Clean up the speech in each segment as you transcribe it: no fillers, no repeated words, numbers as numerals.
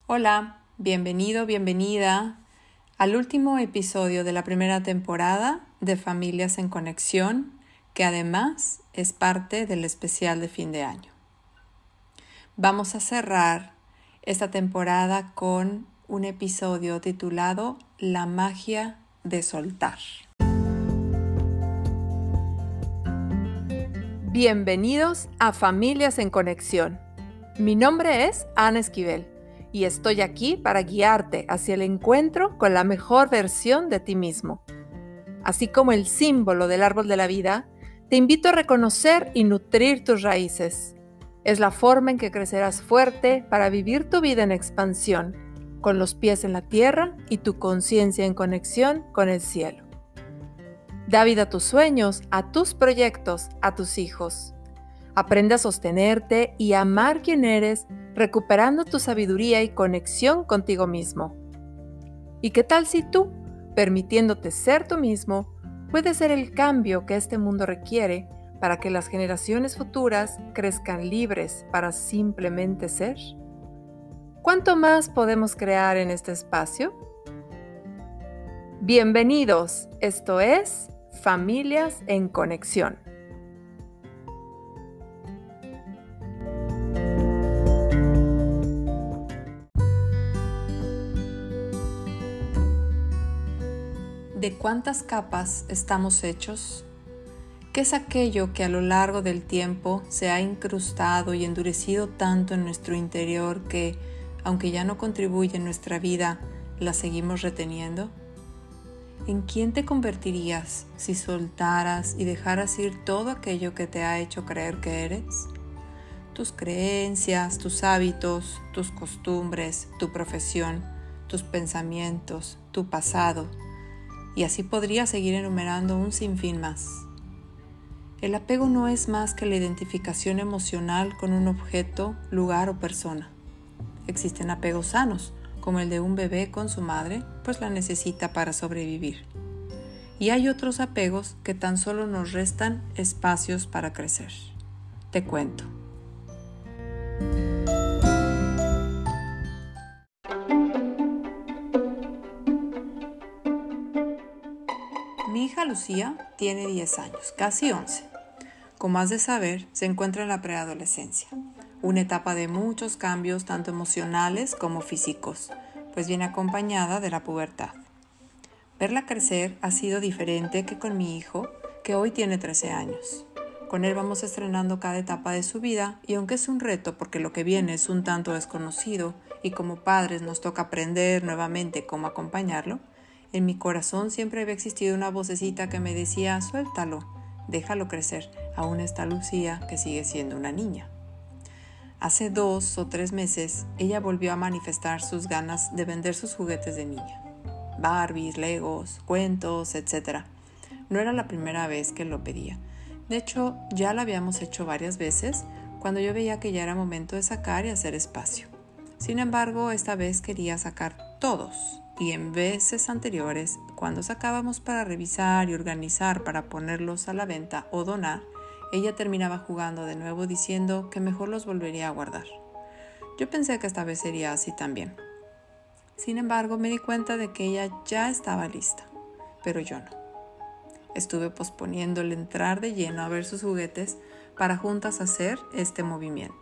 Hola, bienvenido, bienvenida al último episodio de la primera temporada de Familias en Conexión, que además es parte del especial de fin de año. Vamos a cerrar esta temporada con un episodio titulado La magia de soltar. Bienvenidos a Familias en Conexión. Mi nombre es Ana Esquivel y estoy aquí para guiarte hacia el encuentro con la mejor versión de ti mismo. Así como el símbolo del árbol de la vida, te invito a reconocer y nutrir tus raíces. Es la forma en que crecerás fuerte para vivir tu vida en expansión, con los pies en la tierra y tu conciencia en conexión con el cielo. Da vida a tus sueños, a tus proyectos, a tus hijos. Aprende a sostenerte y amar quien eres, recuperando tu sabiduría y conexión contigo mismo. ¿Y qué tal si tú, permitiéndote ser tú mismo, puedes ser el cambio que este mundo requiere para que las generaciones futuras crezcan libres para simplemente ser? ¿Cuánto más podemos crear en este espacio? Bienvenidos, esto es Familias en Conexión. ¿De cuántas capas estamos hechos? ¿Qué es aquello que a lo largo del tiempo se ha incrustado y endurecido tanto en nuestro interior que, aunque ya no contribuye en nuestra vida, la seguimos reteniendo? ¿En quién te convertirías si soltaras y dejaras ir todo aquello que te ha hecho creer que eres? Tus creencias, tus hábitos, tus costumbres, tu profesión, tus pensamientos, tu pasado. Y así podría seguir enumerando un sinfín más. El apego no es más que la identificación emocional con un objeto, lugar o persona. Existen apegos sanos, como el de un bebé con su madre, pues la necesita para sobrevivir. Y hay otros apegos que tan solo nos restan espacios para crecer. Te cuento. Mi hija Lucía tiene 10 años, casi 11. Como has de saber, se encuentra en la preadolescencia, una etapa de muchos cambios tanto emocionales como físicos, pues viene acompañada de la pubertad. Verla crecer ha sido diferente que con mi hijo, que hoy tiene 13 años. Con él vamos estrenando cada etapa de su vida y aunque es un reto porque lo que viene es un tanto desconocido y como padres nos toca aprender nuevamente cómo acompañarlo, en mi corazón siempre había existido una vocecita que me decía, suéltalo, déjalo crecer, aún está Lucía que sigue siendo una niña. Hace 2 o 3 meses ella volvió a manifestar sus ganas de vender sus juguetes de niña. Barbies, Legos, cuentos, etc. No era la primera vez que lo pedía. De hecho, ya lo habíamos hecho varias veces cuando yo veía que ya era momento de sacar y hacer espacio. Sin embargo, esta vez quería sacar todos. Y en veces anteriores, cuando sacábamos para revisar y organizar para ponerlos a la venta o donar, ella terminaba jugando de nuevo diciendo que mejor los volvería a guardar. Yo pensé que esta vez sería así también. Sin embargo, me di cuenta de que ella ya estaba lista, pero yo no. Estuve posponiendo el entrar de lleno a ver sus juguetes para juntas hacer este movimiento.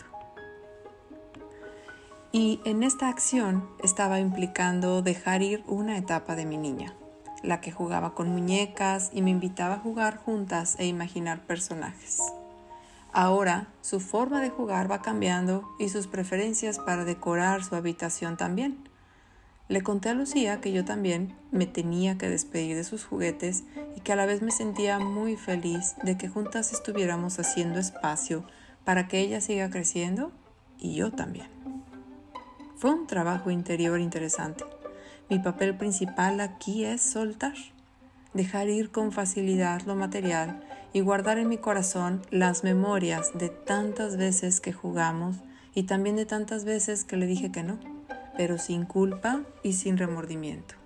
Y en esta acción estaba implicando dejar ir una etapa de mi niña, la que jugaba con muñecas y me invitaba a jugar juntas e imaginar personajes. Ahora su forma de jugar va cambiando y sus preferencias para decorar su habitación también. Le conté a Lucía que yo también me tenía que despedir de sus juguetes y que a la vez me sentía muy feliz de que juntas estuviéramos haciendo espacio para que ella siga creciendo y yo también. Fue un trabajo interior interesante. Mi papel principal aquí es soltar, dejar ir con facilidad lo material y guardar en mi corazón las memorias de tantas veces que jugamos y también de tantas veces que le dije que no, pero sin culpa y sin remordimiento.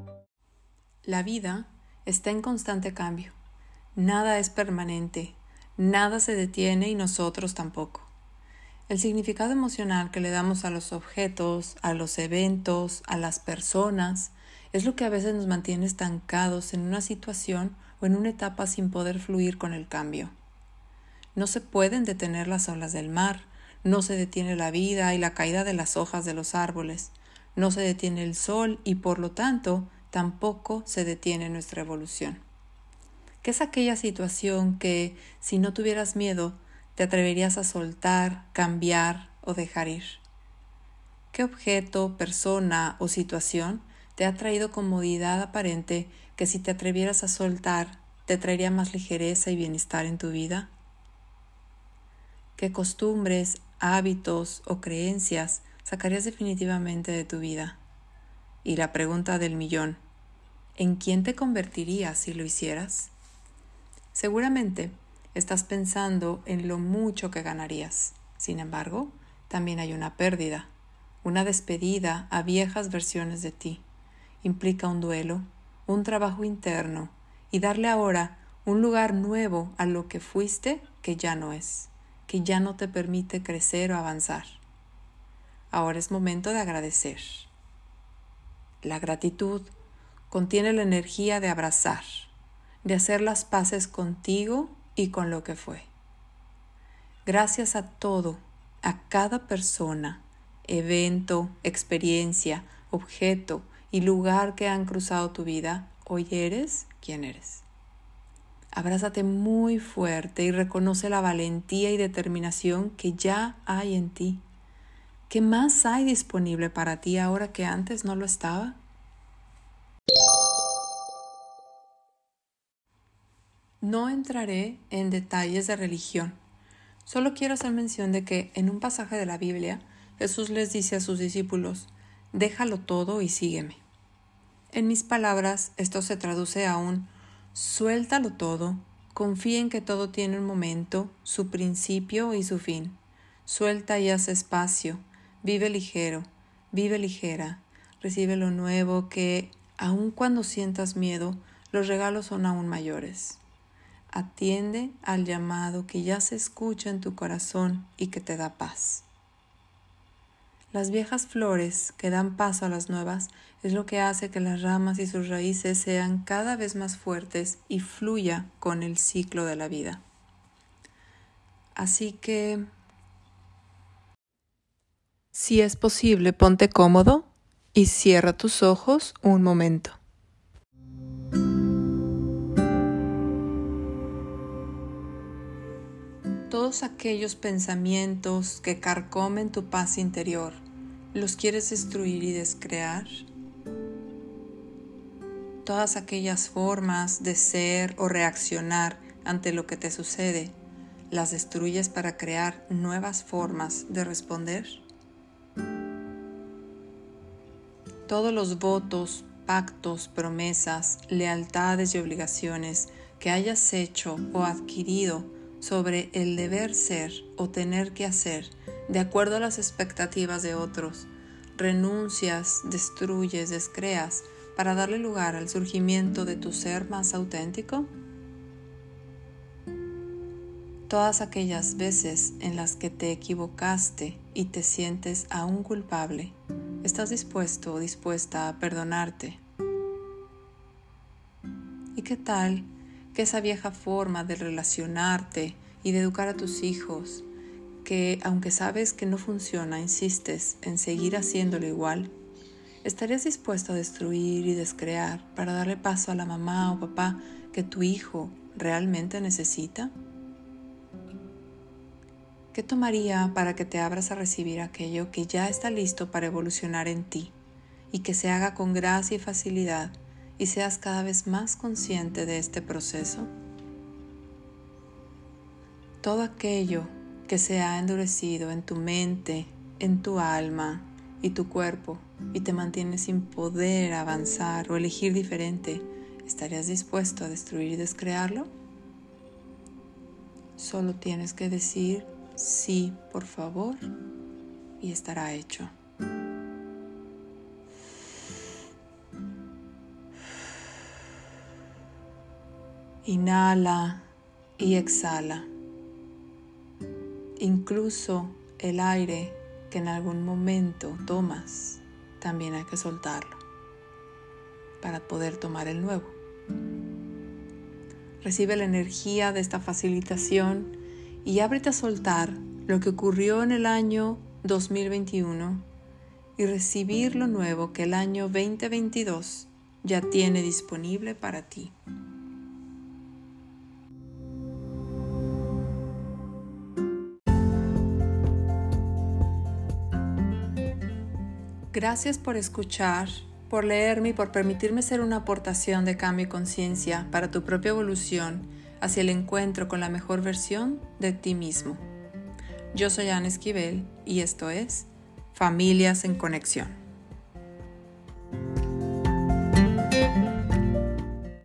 La vida está en constante cambio. Nada es permanente, Nada se detiene y nosotros tampoco. El significado emocional que le damos a los objetos, a los eventos, a las personas, es lo que a veces nos mantiene estancados en una situación o en una etapa sin poder fluir con el cambio. No se pueden detener las olas del mar, no se detiene la vida y la caída de las hojas de los árboles, no se detiene el sol y por lo tanto tampoco se detiene nuestra evolución. ¿Qué es aquella situación que, si no tuvieras miedo, te atreverías a soltar, cambiar o dejar ir? ¿Qué objeto, persona o situación te ha traído comodidad aparente que si te atrevieras a soltar, te traería más ligereza y bienestar en tu vida? ¿Qué costumbres, hábitos o creencias sacarías definitivamente de tu vida? Y la pregunta del millón, ¿en quién te convertirías si lo hicieras? Seguramente estás pensando en lo mucho que ganarías. Sin embargo, también hay una pérdida, una despedida a viejas versiones de ti. Implica un duelo, un trabajo interno y darle ahora un lugar nuevo a lo que fuiste que ya no es, que ya no te permite crecer o avanzar. Ahora es momento de agradecer. La gratitud contiene la energía de abrazar, de hacer las paces contigo y con lo que fue. Gracias a todo, a cada persona, evento, experiencia, objeto y lugar que han cruzado tu vida, hoy eres quien eres. Abrázate muy fuerte y reconoce la valentía y determinación que ya hay en ti. ¿Qué más hay disponible para ti ahora que antes no lo estaba? No entraré en detalles de religión. Solo quiero hacer mención de que en un pasaje de la Biblia, Jesús les dice a sus discípulos, déjalo todo y sígueme. En mis palabras, esto se traduce a un suéltalo todo, confía en que todo tiene un momento, su principio y su fin. Suelta y haz espacio, vive ligero, vive ligera, recibe lo nuevo que, aun cuando sientas miedo, los regalos son aún mayores. Atiende al llamado que ya se escucha en tu corazón y que te da paz. Las viejas flores que dan paso a las nuevas es lo que hace que las ramas y sus raíces sean cada vez más fuertes y fluya con el ciclo de la vida. Así que, si es posible, ponte cómodo y cierra tus ojos un momento. Todos aquellos pensamientos que carcomen tu paz interior, ¿los quieres destruir y descrear? Todas aquellas formas de ser o reaccionar ante lo que te sucede, ¿las destruyes para crear nuevas formas de responder? Todos los votos, pactos, promesas, lealtades y obligaciones que hayas hecho o adquirido sobre el deber ser o tener que hacer de acuerdo a las expectativas de otros, renuncias, destruyes, descreas para darle lugar al surgimiento de tu ser más auténtico. Todas aquellas veces en las que te equivocaste y te sientes aún culpable, ¿estás dispuesto o dispuesta a perdonarte? ¿Y qué tal que esa vieja forma de relacionarte y de educar a tus hijos, que aunque sabes que no funciona, insistes en seguir haciéndolo igual? ¿Estarías dispuesto a destruir y descrear para darle paso a la mamá o papá que tu hijo realmente necesita? ¿Qué tomaría para que te abras a recibir aquello que ya está listo para evolucionar en ti y que se haga con gracia y facilidad y seas cada vez más consciente de este proceso? Todo aquello que se ha endurecido en tu mente, en tu alma y tu cuerpo y te mantiene sin poder avanzar o elegir diferente, ¿estarías dispuesto a destruir y descrearlo? Solo tienes que decir sí, por favor, y estará hecho. Inhala y exhala. Incluso el aire que en algún momento tomas, también hay que soltarlo para poder tomar el nuevo. Recibe la energía de esta facilitación y ábrete a soltar lo que ocurrió en el año 2021 y recibir lo nuevo que el año 2022 ya tiene disponible para ti. Gracias por escuchar, por leerme y por permitirme ser una aportación de cambio y conciencia para tu propia evolución hacia el encuentro con la mejor versión de ti mismo. Yo soy Ana Esquivel y esto es Familias en Conexión.